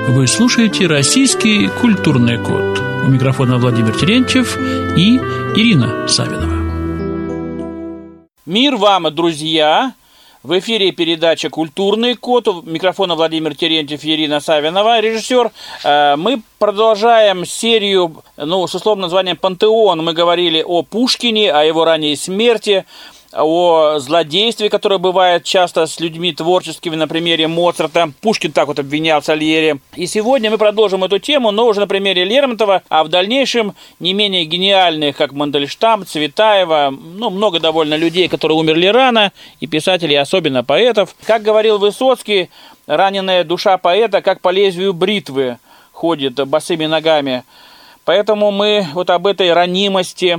Вы слушаете «Российский культурный код». У микрофона Владимир Терентьев и Ирина Савинова. Мир вам, друзья! В эфире передача «Культурный код». У микрофона Владимир Терентьев и Ирина Савинова, режиссер. Мы продолжаем серию, с условным названием «Пантеон». Мы говорили о Пушкине, о его ранней смерти, о злодействе, которое бывает часто с людьми творческими, на примере Моцарта. Пушкин так вот обвинял Сальери. И сегодня мы продолжим эту тему, но уже на примере Лермонтова, а в дальнейшем не менее гениальных, как Мандельштам, Цветаева, много довольно людей, которые умерли рано, и писателей, особенно поэтов. Как говорил Высоцкий, раненая душа поэта, как по лезвию бритвы, ходит босыми ногами. Поэтому мы вот об этой ранимости,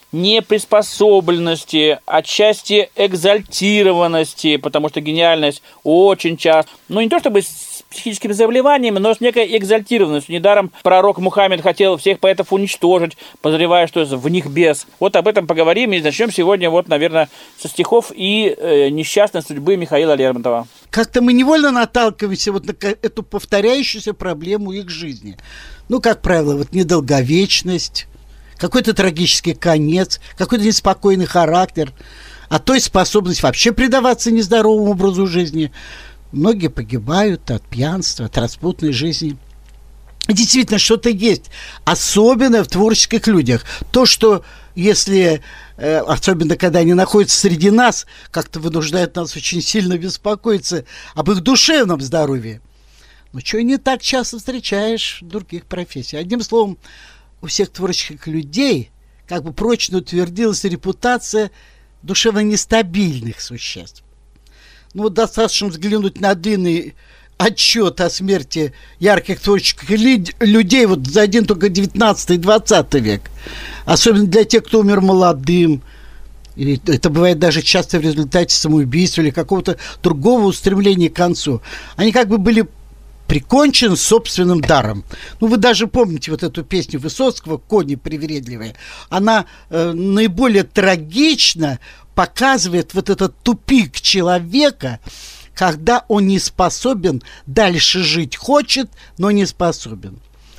неприспособленности, отчасти экзальтированности, потому что гениальность очень часто, не то чтобы с психическими заболеваниями, но с некой экзальтированностью. Недаром пророк Мухаммед хотел всех поэтов уничтожить, подозревая, что в них бес. Вот об этом поговорим и начнем сегодня, наверное, со стихов и несчастной судьбы Михаила Лермонтова. Как-то мы невольно наталкиваемся на эту повторяющуюся проблему их жизни. Как правило, недолговечность, какой-то трагический конец, какой-то неспокойный характер, а то и способность вообще предаваться нездоровому образу жизни. Многие погибают от пьянства, от распутной жизни. Действительно, что-то есть, особенно в творческих людях. То, что если, особенно когда они находятся среди нас, как-то вынуждает нас очень сильно беспокоиться об их душевном здоровье. Чего не так часто встречаешь в других профессиях. Одним словом, у всех творческих людей прочно утвердилась репутация душевно нестабильных существ. Достаточно взглянуть на длинный отчет о смерти ярких творческих людей за один только 19-20 век. Особенно для тех, кто умер молодым. И это бывает даже часто в результате самоубийства или какого-то другого устремления к концу. Они были прикончен собственным даром. Вы даже помните эту песню Высоцкого «Кони привередливые». Она наиболее трагично показывает этот тупик человека, когда он не способен дальше жить. Хочет, но не способен.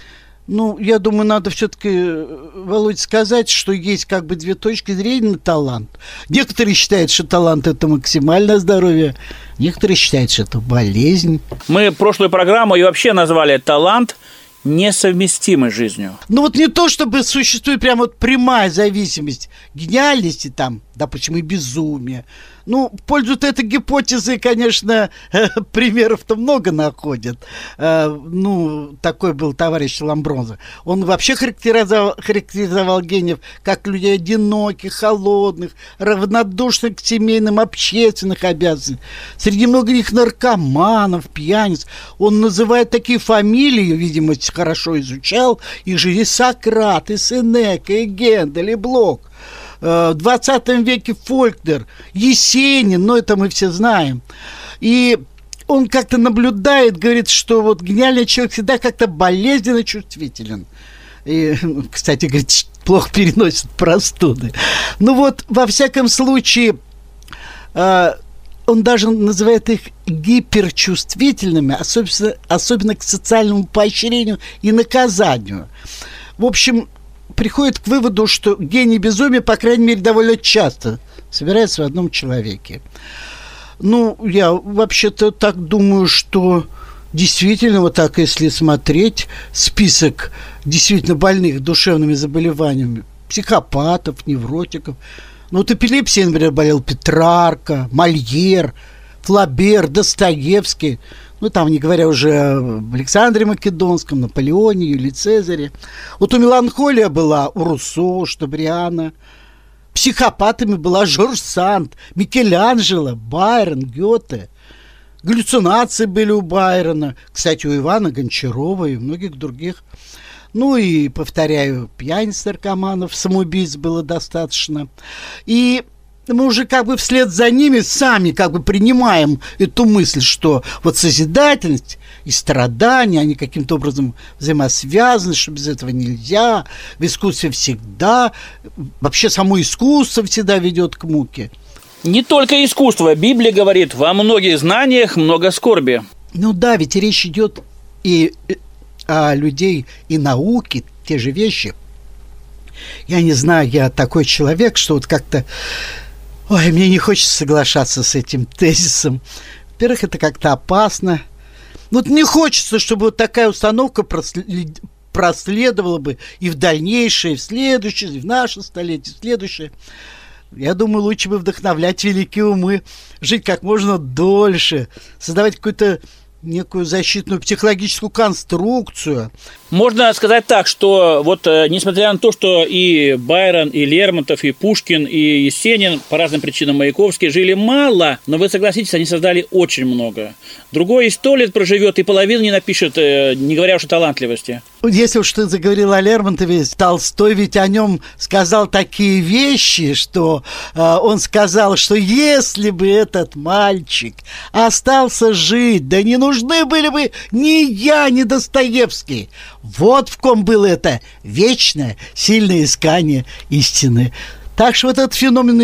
Я думаю, надо все-таки, Володь, сказать, что есть две точки зрения на талант. Некоторые считают, что талант – это максимальное здоровье, некоторые считают, что это болезнь. Мы прошлую программу и вообще назвали «Талант несовместимый с жизнью». Не то, чтобы существует прямая зависимость гениальности, допустим, и безумия. В пользу этой гипотезы, конечно, примеров-то много находят. Такой был товарищ Ламброзо. Он вообще характеризовал гениев как людей одиноких, холодных, равнодушных к семейным, общественным обязанностям. Среди многих наркоманов, пьяниц. Он называет такие фамилии, видимо, хорошо изучал их жизнь, и Сократ, и Сенека, и Гендель, и Блок. В 20 веке Фолькнер, Есенин, это мы все знаем. И он наблюдает, говорит, что гениальный человек всегда болезненно чувствителен. И, кстати, говорит, плохо переносит простуды. Во всяком случае, он даже называет их гиперчувствительными, особенно к социальному поощрению и наказанию. В общем, приходит к выводу, что гений безумия, по крайней мере, довольно часто собирается в одном человеке. Я вообще-то так думаю, что действительно, если смотреть список действительно больных душевными заболеваниями, психопатов, невротиков, эпилепсией, например, болел Петрарка, Мольер, Флабер, Достоевский, не говоря уже об Александре Македонском, Наполеоне, Юлии Цезаре. У меланхолия была у Руссо, Штобриана. Психопатами была Жорж Санд, Микеланджело, Байрон, Гёте. Галлюцинации были у Байрона, кстати, у Ивана Гончарова и многих других. И, повторяю, пьяниц, наркоманов, самоубийц было достаточно. И мы уже вслед за ними сами принимаем эту мысль, что созидательность и страдания, они каким-то образом взаимосвязаны, что без этого нельзя. В искусстве всегда, вообще само искусство всегда ведет к муке. Не только искусство. Библия говорит, во многих знаниях много скорби. Ведь речь идет и людей и науки, те же вещи. Я не знаю, я такой человек, что вот как-то... Ой, мне не хочется соглашаться с этим тезисом. Во-первых, это как-то опасно. Вот не хочется, чтобы вот такая установка проследовала бы и в дальнейшее, и в следующее, и в наше столетие, и в следующее. Я думаю, лучше бы вдохновлять великие умы, жить как можно дольше, создавать какую-то некую защитную психологическую конструкцию. Можно сказать так, что вот несмотря на то, что и Байрон, и Лермонтов, и Пушкин, и Есенин, по разным причинам Маяковский, жили мало, но вы согласитесь, они создали очень много. Другой и 100 лет проживет, и половину не напишет, не говоря уж о талантливости. Если уж ты заговорил о Лермонтове, Толстой ведь о нем сказал такие вещи, что он сказал, что если бы этот мальчик остался жить, да не нужны были бы ни я, ни Достоевский. Вот в ком было это вечное, сильное искание истины. Так что вот этот феномен,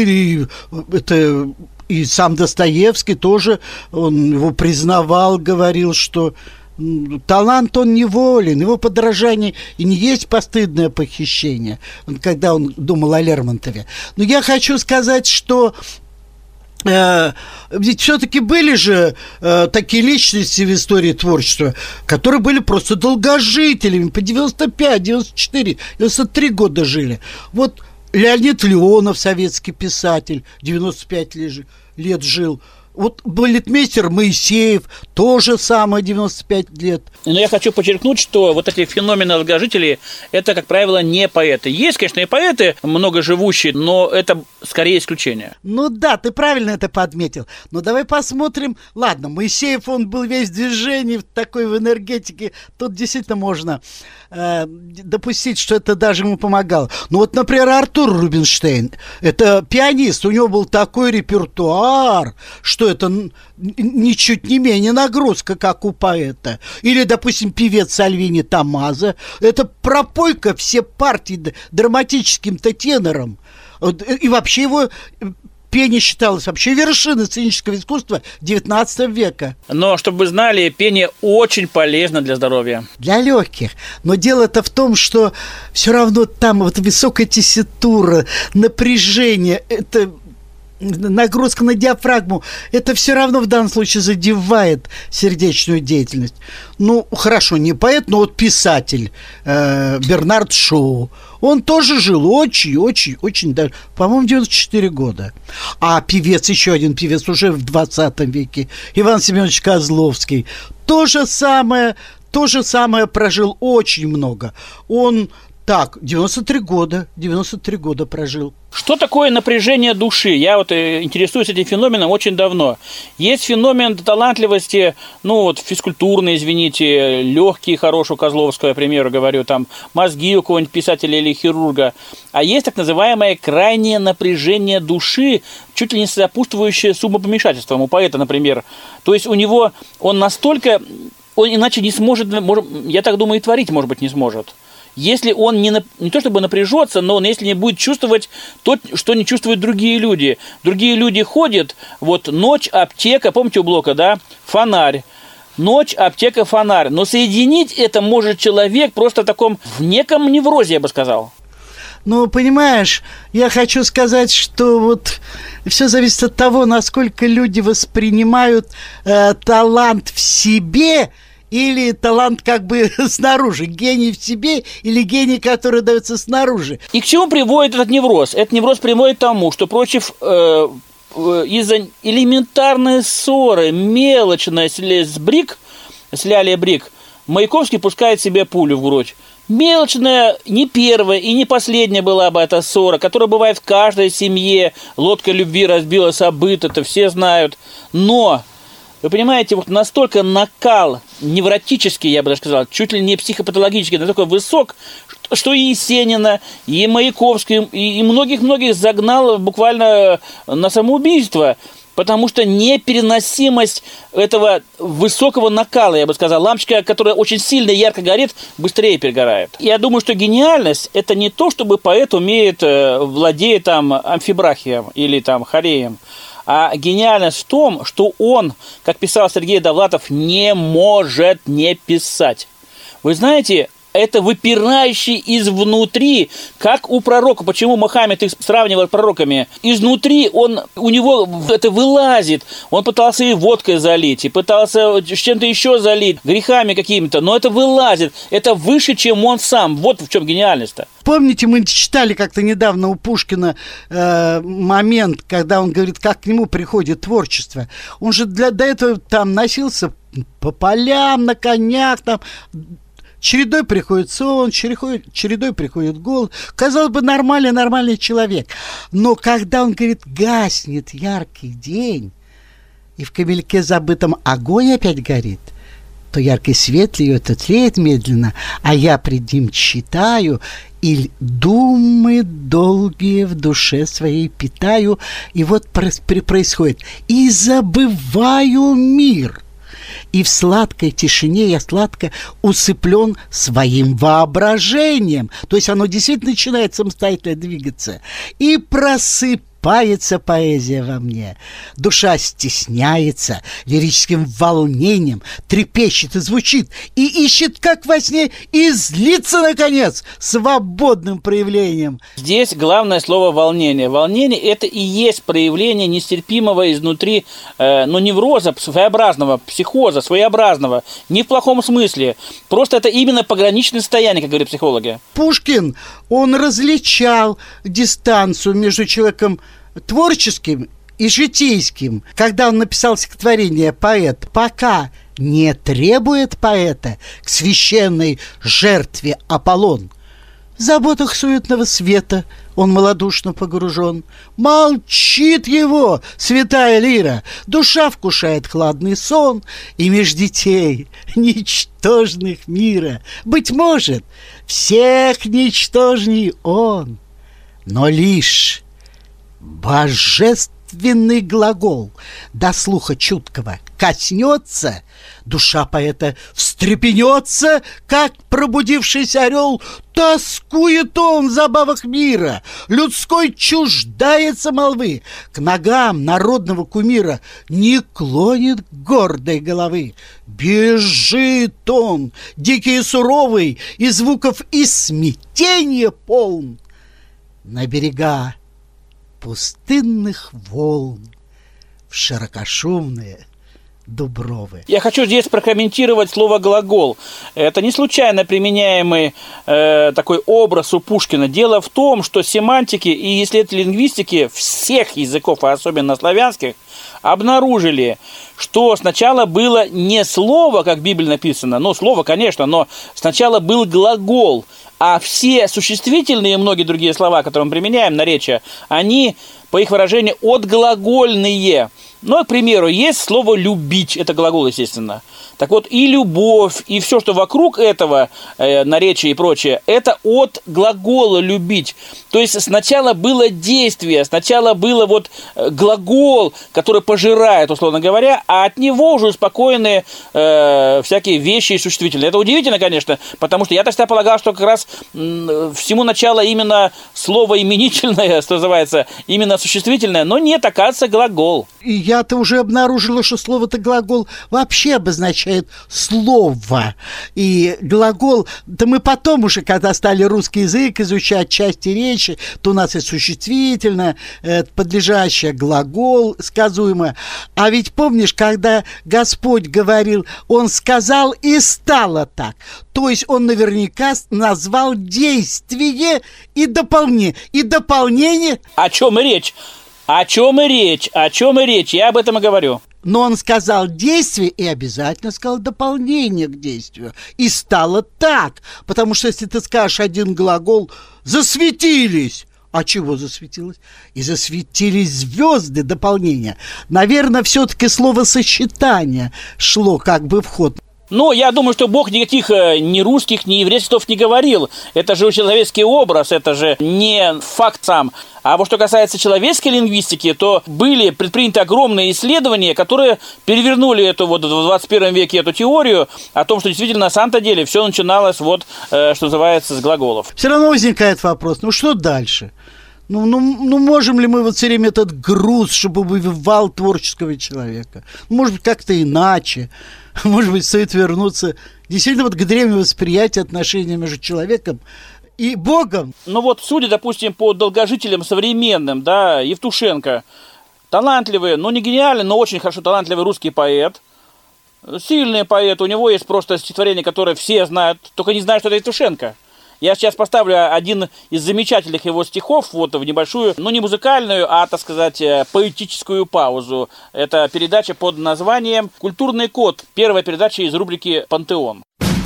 и сам Достоевский тоже, он его признавал, говорил, что талант он неволен, его подражание и не есть постыдное похищение, когда он думал о Лермонтове. Но я хочу сказать, что ведь все-таки были же такие личности в истории творчества, которые были просто долгожителями, по 95, 94, 93 года жили. Вот Леонид Леонов, советский писатель, 95 лет жил. Вот балетмейстер Моисеев, тоже самое, 95 лет. Но я хочу подчеркнуть, что вот эти феномены долгожителей, это, как правило, не поэты. Есть, конечно, и поэты многоживущие, но это скорее исключение. Ну да, ты правильно это подметил. Но давай посмотрим. Ладно, Моисеев, он был весь в движении, в энергетике. Тут действительно можно допустить, что это даже ему помогало. Ну вот, например, Артур Рубинштейн, это пианист, у него был такой репертуар, что это ничуть не менее нагрузка, как у поэта. Или, допустим, певец Сальвини Томмазо, это пропойка все партии драматическим-то тенором. И вообще его пение считалось вообще вершиной сценического искусства XIX века. Но, чтобы вы знали, пение очень полезно для здоровья. Для легких. Но дело-то в том, что все равно там вот высокая тесситура, напряжение, это нагрузка на диафрагму, это все равно в данном случае задевает сердечную деятельность. Ну, хорошо, не поэт, но вот писатель Бернард Шоу. Он тоже жил очень, даже, по-моему, 94 года. А певец, еще один певец уже в 20 веке, Иван Семенович Козловский, то же самое прожил очень много. Он 93 года прожил. Что такое напряжение души? Я вот интересуюсь этим феноменом очень давно. Есть феномен талантливости, физкультурный, извините, легкий, хороший у Козловского, к примеру, говорю, там, мозги у какого-нибудь писателя или хирурга. А есть так называемое крайнее напряжение души, чуть ли не сопутствующее с умопомешательством у поэта, например. То есть у него он настолько, он иначе не сможет, я так думаю, и творить, может быть, не сможет. Если он не то чтобы напряжется, но он если не будет чувствовать то, что не чувствуют другие люди. Другие люди ходят, вот ночь, аптека, помните у Блока, да, фонарь. Ночь, аптека, фонарь. Но соединить это может человек просто в таком, в неком неврозе, я бы сказал. Ну, понимаешь, я хочу сказать, что вот все зависит от того, насколько люди воспринимают талант в себе, или талант как бы снаружи, гений в себе или гений, который дается снаружи. И к чему приводит этот невроз? Этот невроз приводит к тому, что против из-за элементарной ссоры, мелочной с Ляли Брик, Маяковский пускает себе пулю в грудь. Мелочная, не первая и не последняя была бы эта ссора, которая бывает в каждой семье. Лодка любви разбилась о быт, это все знают. Но вы понимаете, вот настолько накал невротический, я бы даже сказал, чуть ли не психопатологический, настолько высок, что и Есенина, и Маяковский, и многих-многих загнал буквально на самоубийство, потому что непереносимость этого высокого накала, я бы сказал, лампочка, которая очень сильно и ярко горит, быстрее перегорает. Я думаю, что гениальность – это не то, чтобы поэт владеет там амфибрахием или там хореем, А гениальность в том, что он, как писал Сергей Довлатов, не может не писать. Вы знаете, это выпирающий изнутри, как у пророка. Почему Мухаммед их сравнивал с пророками? Изнутри у него это вылазит. Он пытался и водкой залить, и пытался с чем-то еще залить, грехами какими-то, но это вылазит. Это выше, чем он сам. Вот в чем гениальность-то. Помните, мы читали как-то недавно у Пушкина момент, когда он говорит, как к нему приходит творчество. Он же до этого там носился по полям, на конях, там... Чередой приходит сон, чередой приходит голод. Казалось бы, нормальный человек. Но когда он говорит, гаснет яркий день, и в камельке забытом огонь опять горит, то яркий свет льет и тлеет медленно, а я пред ним читаю, и думы долгие в душе своей питаю, и вот происходит. И забываю мир. И в сладкой тишине я сладко усыплен своим воображением. То есть оно действительно начинает самостоятельно двигаться. И просыпается поэзия во мне. Душа стесняется лирическим волнением, трепещет и звучит, и ищет, как во сне, и злится, наконец, свободным проявлением. Здесь главное слово «волнение». Волнение – это и есть проявление нестерпимого изнутри, невроза, своеобразного, психоза, своеобразного. Не в плохом смысле. Просто это именно пограничное состояние, как говорят психологи. Пушкин, он различал дистанцию между человеком творческим и житейским, когда он написал стихотворение «Поэт», пока не требует поэта к священной жертве Аполлон. В заботах суетного света он малодушно погружен. Молчит его святая лира, душа вкушает хладный сон, и меж детей ничтожных мира, быть может, всех ничтожней он, но лишь божественный глагол до слуха чуткого коснется, душа поэта встрепенется, как пробудившийся орел, тоскует он в забавах мира, людской чуждается молвы, к ногам народного кумира не клонит гордой головы. Бежит он, дикий и суровый, и звуков и смятения полн, на берега пустынных волн, в широкошумные дубровы. Я хочу здесь прокомментировать слово «глагол». Это не случайно применяемый такой образ у Пушкина. Дело в том, что семантики и исследователи лингвистики всех языков, а особенно славянских, обнаружили, что сначала было не слово, как в Библии написано, слово, конечно, но сначала был глагол, а все существительные и многие другие слова, которые мы применяем, наречия, они, по их выражению, отглагольные. К примеру, есть слово «любить», это глагол, естественно. Так вот, и любовь, и все, что вокруг этого, наречия и прочее, это от глагола «любить». То есть сначала было действие, сначала было глагол, который пожирает, условно говоря, а от него уже успокоены всякие вещи и существительные. Это удивительно, конечно, потому что я-то всегда полагал, что как раз всему начало именно слово именительное, что называется, именно существительное, но нет, оказывается, глагол. И я-то уже обнаружила, что слово-то глагол вообще обозначает слово. И глагол, да мы потом уже, когда стали русский язык изучать, части речи, то у нас и существительное, подлежащее, глагол, сказуемое. А ведь помнишь, когда Господь говорил, Он сказал и стало так. То есть Он наверняка назвал действие и дополнение. И дополнение... О чем и речь? О чем и речь? О чем и речь? Я об этом и говорю. Но он сказал действие и обязательно сказал дополнение к действию. И стало так. Потому что если ты скажешь один глагол «засветились», а чего засветилось? И засветились звезды, дополнение. Наверное, все-таки словосочетание шло как бы в ход. Я думаю, что Бог никаких ни русских, ни еврейских слов не говорил. Это же человеческий образ, это же не факт сам. А вот что касается человеческой лингвистики, то были предприняты огромные исследования, которые перевернули эту в 21 веке эту теорию о том, что действительно на самом-то деле все начиналось что называется с глаголов. Все равно возникает вопрос, что дальше? Ну, можем ли мы вот все время этот груз, чтобы убивал творческого человека? Может быть, как-то иначе. Может быть, стоит вернуться действительно вот к древнему восприятию отношения между человеком и Богом. Ну вот, судя, допустим, по долгожителям современным, да, Евтушенко, талантливый, ну не гениальный, но очень хорошо талантливый русский поэт, сильный поэт, у него есть просто стихотворение, которое все знают, только не знают, что это Евтушенко. Я сейчас поставлю один из замечательных его стихов вот в небольшую, ну не музыкальную, а, так сказать, поэтическую паузу. Это передача под названием «Культурный код», первая передача из рубрики «Пантеон».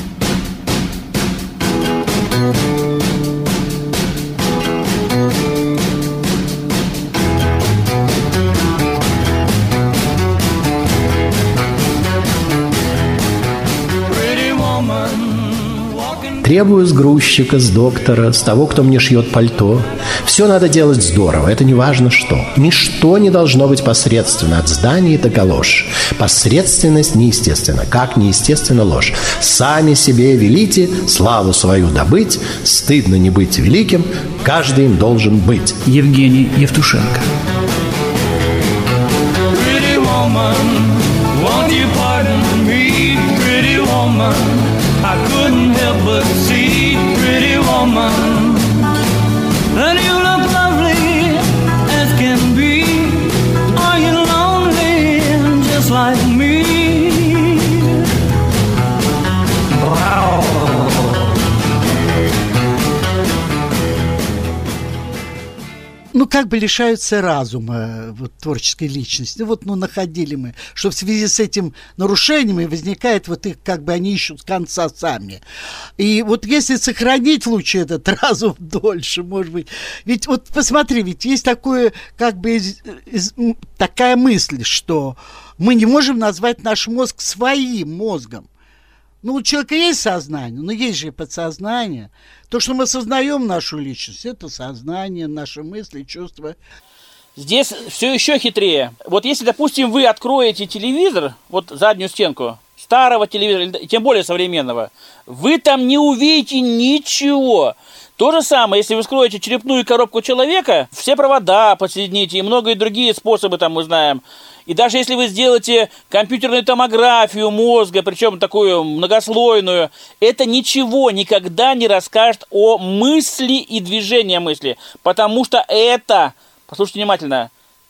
Требую с грузчика, с доктора, с того, кто мне шьет пальто. Все надо делать здорово, это не важно что. Ничто не должно быть посредственно, от зданий до галош. Посредственность неестественна, как неестественна ложь. Сами себе велите славу свою добыть, стыдно не быть великим, каждый им должен быть. Евгений Евтушенко. I couldn't help but see, pretty woman, that you look lovely as can be. Are you lonely just like me? Ну, как бы лишаются разума вот, творческой личности. Вот, находили мы, что в связи с этим нарушением и возникает вот их, как бы они ищут конца сами. И вот если сохранить лучше этот разум дольше, может быть. Ведь вот посмотри, ведь есть такое, как бы, такая мысль, что мы не можем назвать наш мозг своим мозгом. Ну, у человека есть сознание, но есть же и подсознание. То, что мы осознаем нашу личность, это сознание, наши мысли, чувства. Здесь все еще хитрее. Вот если, допустим, вы откроете телевизор, вот заднюю стенку старого телевизора, тем более современного, вы там не увидите ничего. То же самое, если вы вскроете черепную коробку человека, все провода подсоедините и многие другие способы там мы знаем. И даже если вы сделаете компьютерную томографию мозга, причем такую многослойную, это ничего никогда не расскажет о мысли и движении мысли, потому что это, послушайте внимательно,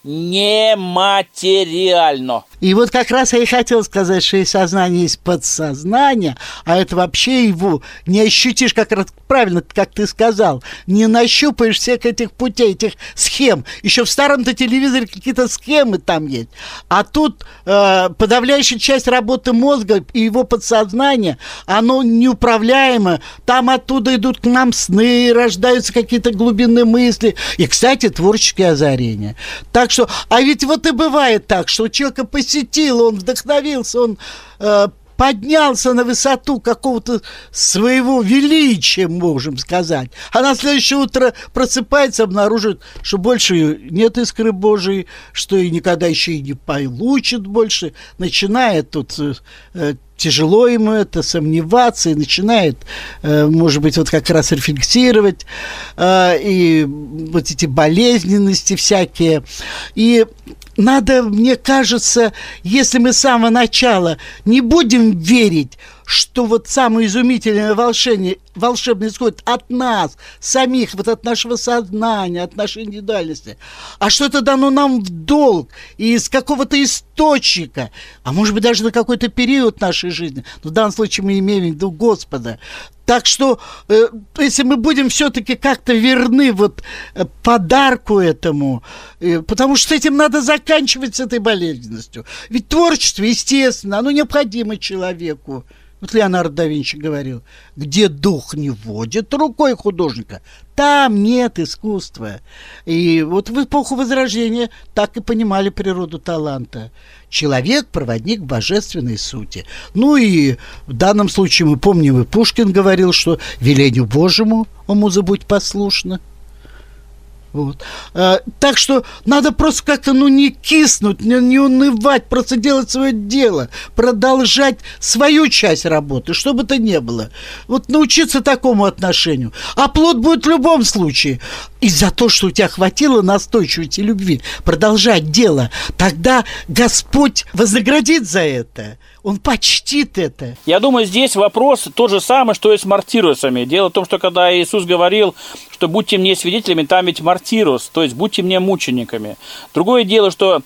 нематериально. И вот как раз я и хотел сказать, что есть сознание, есть подсознание, а это вообще его не ощутишь, как правильно, как ты сказал, не нащупаешь всех этих путей, этих схем. Еще в старом-то телевизоре какие-то схемы там есть. А тут подавляющая часть работы мозга и его подсознания, оно неуправляемо. Там оттуда идут к нам сны, рождаются какие-то глубинные мысли. И, кстати, творческие озарения. Так что, а ведь вот и бывает так, что человека посетил, он вдохновился, он поднялся на высоту какого-то своего величия, можем сказать. А на следующее утро просыпается, обнаружит, что больше нет искры Божией, что и никогда еще и не получит больше. Начинает тут тяжело ему это, сомневаться, и начинает, может быть, вот как раз рефлексировать, и вот эти болезненности всякие. И надо, мне кажется, если мы с самого начала не будем верить, что вот самое изумительное волшебное исходит от нас, самих, вот от нашего сознания, от нашей индивидуальности, а что это дано нам в долг и из какого-то источника, а может быть даже на какой-то период нашей жизни, но в данном случае мы имеем в виду Господа. Так что, если мы будем все-таки как-то верны вот подарку этому, потому что с этим надо заканчивать, с этой болезненностью. Ведь творчество, естественно, оно необходимо человеку. Вот Леонардо да Винчи говорил, где дух не водит рукой художника, там нет искусства. И вот в эпоху Возрождения так и понимали природу таланта. Человек – проводник божественной сути. Ну и в данном случае мы помним, и Пушкин говорил, что велению Божьему, о муза, будь послушна. Вот. Так что надо просто как-то, не киснуть, не унывать, просто делать свое дело, продолжать свою часть работы, что бы то ни было. Вот научиться такому отношению. А плод будет в любом случае. И за то, что у тебя хватило настойчивости и любви продолжать дело, тогда Господь вознаградит за это. Он почтит это. Я думаю, здесь вопрос тот же самый, что и с мартирусами. Дело в том, что когда Иисус говорил, что будьте мне свидетелями, там ведь мартирус, то есть будьте мне мучениками. Другое дело, а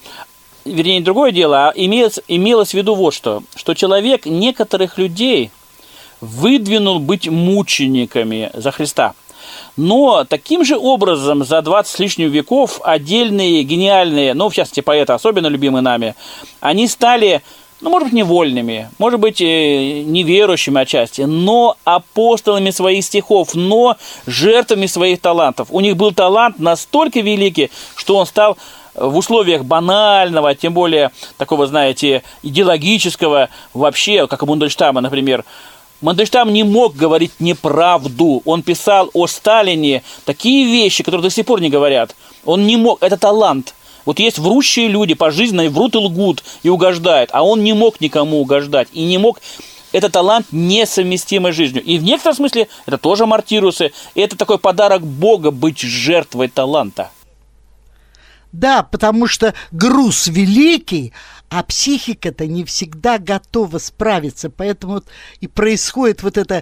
имелось в виду вот что человек некоторых людей выдвинул быть мучениками за Христа. Но таким же образом за 20 с лишним веков отдельные гениальные, в частности поэты, особенно любимые нами, они стали, может быть, невольными, может быть, неверующими отчасти, но апостолами своих стихов, но жертвами своих талантов. У них был талант настолько великий, что он стал в условиях банального, тем более такого, знаете, идеологического, вообще, как у Мандельштама, например. Мандельштам не мог говорить неправду. Он писал о Сталине такие вещи, которые до сих пор не говорят. Он не мог, это талант. Вот есть врущие люди, пожизненно и врут и лгут, и угождают, а он не мог никому угождать, и не мог... Это талант, несовместимый с жизнью. И в некотором смысле это тоже мартирусы, это такой подарок Бога быть жертвой таланта. Да, потому что груз великий, а психика-то не всегда готова справиться. Поэтому вот и происходит вот это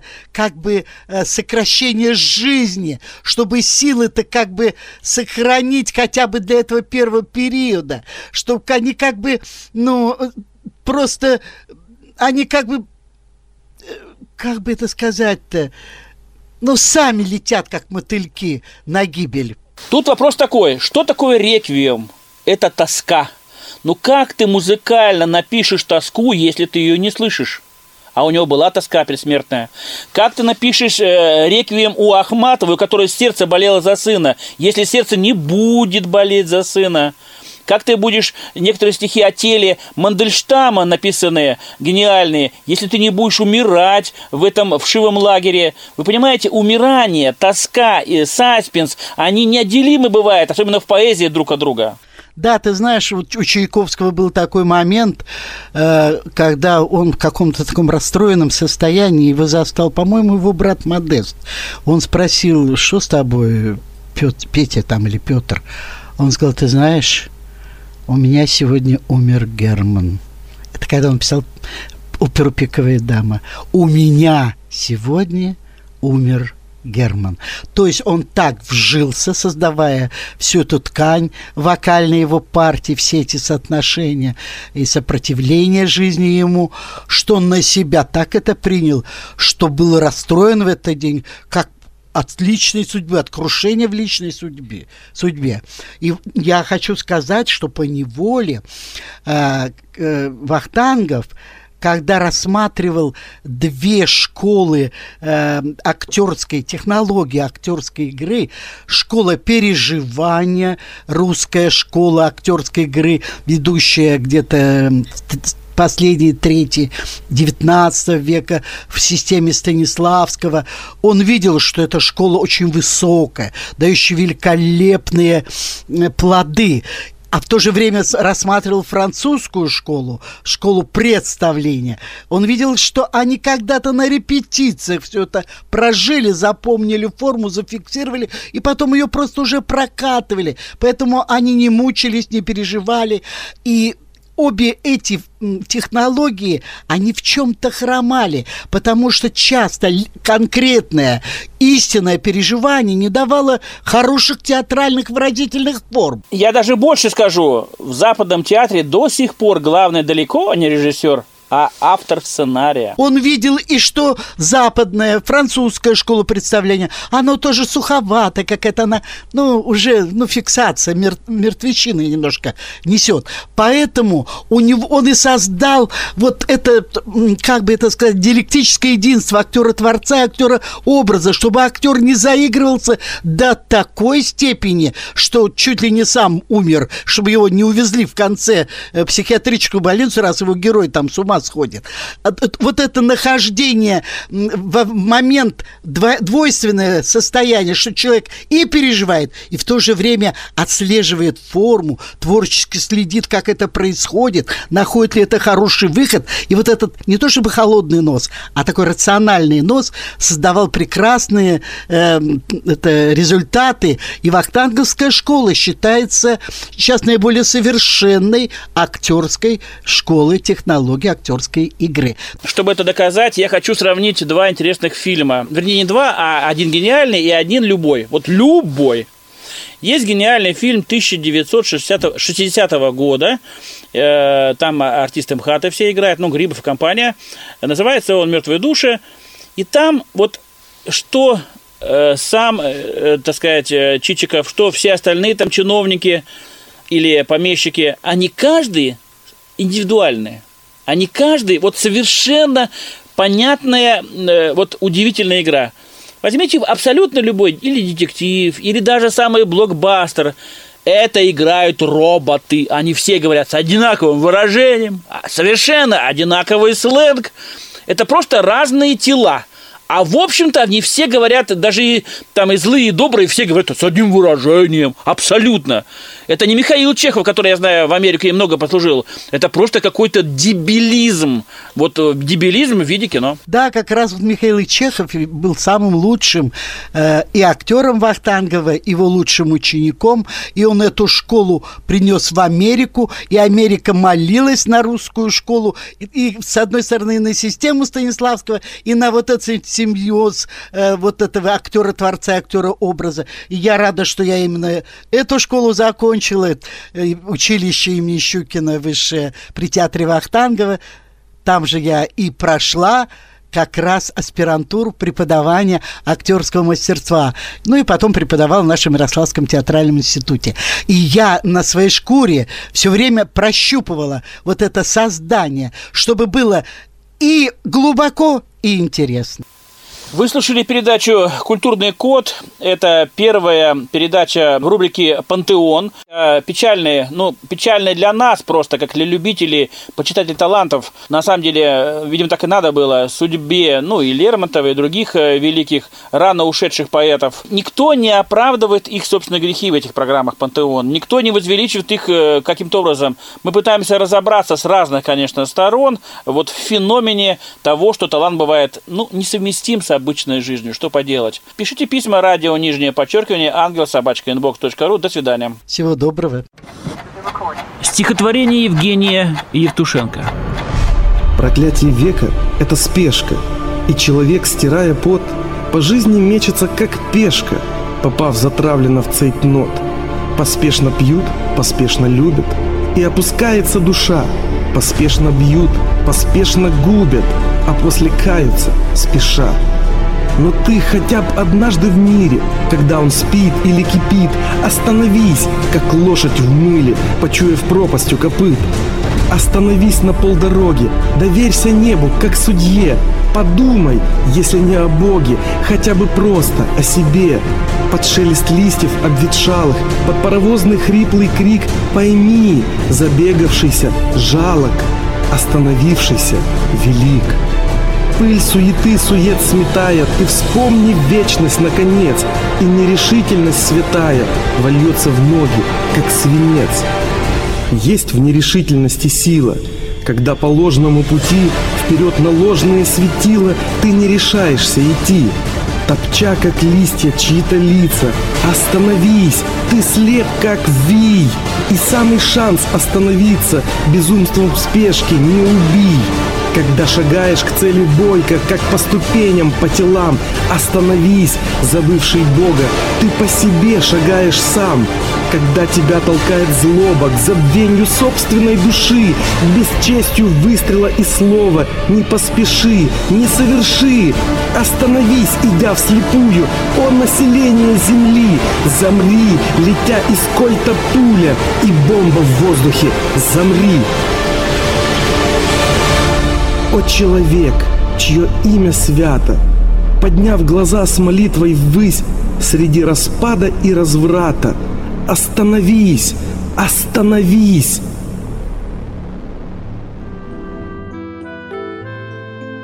сокращение жизни, чтобы силы-то сохранить хотя бы для этого первого периода. Чтобы они просто... Они как бы это сказать-то... сами летят, как мотыльки, на гибель. Тут вопрос такой, что такое реквием? Это тоска. Как ты музыкально напишешь тоску, если ты ее не слышишь? А у него была тоска предсмертная. Как ты напишешь реквием у Ахматовой, у которой сердце болело за сына, если сердце не будет болеть за сына? Как ты будешь некоторые стихи о теле Мандельштама написанные, гениальные, если ты не будешь умирать в этом вшивом лагере? Вы понимаете, умирание, тоска и саспенс, они неотделимы бывают, особенно в поэзии друг от друга. Да, ты знаешь, вот у Чайковского был такой момент, когда он в каком-то таком расстроенном состоянии, его застал, по-моему, его брат Модест. Он спросил, что с тобой, Петя или Петр? Он сказал, ты знаешь... У меня сегодня умер Герман. Это когда он писал оперу «Пиковая дама». У меня сегодня умер Герман. То есть он так вжился, создавая всю эту ткань вокальной его партии, все эти соотношения и сопротивление жизни ему, что он на себя так это принял, что был расстроен в этот день, как от личной судьбы, от крушения в личной судьбе. И я хочу сказать, что поневоле Вахтангов, когда рассматривал две школы актерской технологии, актерской игры, школа переживания, русская школа актерской игры, ведущая где-то последние трети XIX века в системе Станиславского, он видел, что эта школа очень высокая, дающая великолепные плоды. А в то же время рассматривал французскую школу, школу представления. Он видел, что они когда-то на репетициях все это прожили, запомнили форму, зафиксировали, и потом ее просто уже прокатывали. Поэтому они не мучились, не переживали. И обе эти технологии, они в чем-то хромали, потому что часто конкретное истинное переживание не давало хороших театральных выразительных форм. Я даже больше скажу, в западном театре до сих пор главный далеко не режиссер, а автор сценария. Он видел и что западная, французская школа представления, она тоже суховата, какая-то она, уже фиксация, мертвечины немножко несет. Поэтому он и создал вот это, диалектическое единство актера-творца и актера-образа, чтобы актер не заигрывался до такой степени, что чуть ли не сам умер, чтобы его не увезли в конце в психиатрическую больницу, раз его герой там с ума ума сходит. Вот это нахождение в момент двойственное состояние, что человек и переживает, и в то же время отслеживает форму, творчески следит, как это происходит, находит ли это хороший выход. И вот этот не то чтобы холодный нос, а такой рациональный нос создавал прекрасные результаты. И вахтанговская школа считается сейчас наиболее совершенной актерской школой технологии актерской игры. Чтобы это доказать, я хочу сравнить два интересных фильма. Вернее, не два, а один гениальный и один любой. Вот любой. Есть гениальный фильм 1960 года. Там артисты МХАТа все играют, Грибов и компания. Называется он «Мертвые души». И там вот что сам, так сказать, Чичиков, что все остальные там чиновники или помещики, они каждый индивидуальные. Они каждый, вот совершенно понятная, вот удивительная игра. Возьмите абсолютно любой, или детектив, или даже самый блокбастер. Это играют роботы. Они все говорят с одинаковым выражением, совершенно одинаковый сленг. Это просто разные тела. А в общем-то они все говорят, даже и злые, и добрые, все говорят с одним выражением, абсолютно. Это не Михаил Чехов, который, я знаю, в Америке много послужил. Это просто какой-то дебилизм. Вот дебилизм в виде кино. Да, как раз вот Михаил Чехов был самым лучшим и актером Вахтангова, его лучшим учеником. И он эту школу принес в Америку, и Америка молилась на русскую школу. И с одной стороны, на систему Станиславского, и на вот этот симбиоз вот этого актера-творца, актера-образа. И я рада, что я именно эту школу закончила, училище имени Щукина высшее при театре Вахтангова. Там же я и прошла как раз аспирантуру преподавания актерского мастерства. И потом преподавала в нашем Ярославском театральном институте. И я на своей шкуре все время прощупывала вот это создание, чтобы было и глубоко, и интересно. Вы слушали передачу «Культурный код». Это первая передача в рубрике «Пантеон». Печальная для нас просто, как для любителей, почитателей талантов. На самом деле, видимо, так и надо было. Судьбе, и Лермонтова, и других великих, рано ушедших поэтов. Никто не оправдывает их, собственно, грехи в этих программах «Пантеон». Никто не возвеличивает их каким-то образом. Мы пытаемся разобраться с разных, конечно, сторон вот в феномене того, что талант бывает, несовместим с обычной жизнью. Что поделать? Пишите письма радио, _ангел@inbox.ru. До свидания. Всего доброго. Стихотворение Евгения Евтушенко. Проклятие века – это спешка, и человек, стирая пот, по жизни мечется, как пешка, попав затравленно в цейтнот. Поспешно пьют, поспешно любят, и опускается душа. Поспешно бьют, поспешно губят, а после каются спеша. Но ты хотя бы однажды в мире, когда он спит или кипит, остановись, как лошадь в мыле, почуяв пропасть у копыт. Остановись на полдороги, доверься небу, как судье. Подумай, если не о Боге, хотя бы просто о себе. Под шелест листьев обветшалых, под паровозный хриплый крик пойми, забегавшийся жалок, остановившийся велик. Пыль суеты сует сметая, ты вспомни вечность наконец, и нерешительность святая вольется в ноги, как свинец. Есть в нерешительности сила, когда по ложному пути вперед на ложные светила ты не решаешься идти, топча, как листья, чьи-то лица. Остановись, ты слеп, как вий, и самый шанс остановиться безумством в спешке не убий. Когда шагаешь к цели бойко, как по ступеням, по телам, остановись, забывший Бога, ты по себе шагаешь сам. Когда тебя толкает злоба к забвению собственной души, бесчестью выстрела и слова, не поспеши, не соверши. Остановись, идя вслепую, о население земли, замри, летя из кольта пуля, и бомба в воздухе, замри. О человек, чье имя свято, подняв глаза с молитвой ввысь среди распада и разврата, остановись, остановись!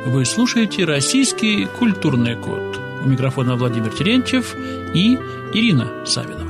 Вы слушаете «Российский культурный код». У микрофона Владимир Терентьев и Ирина Савина.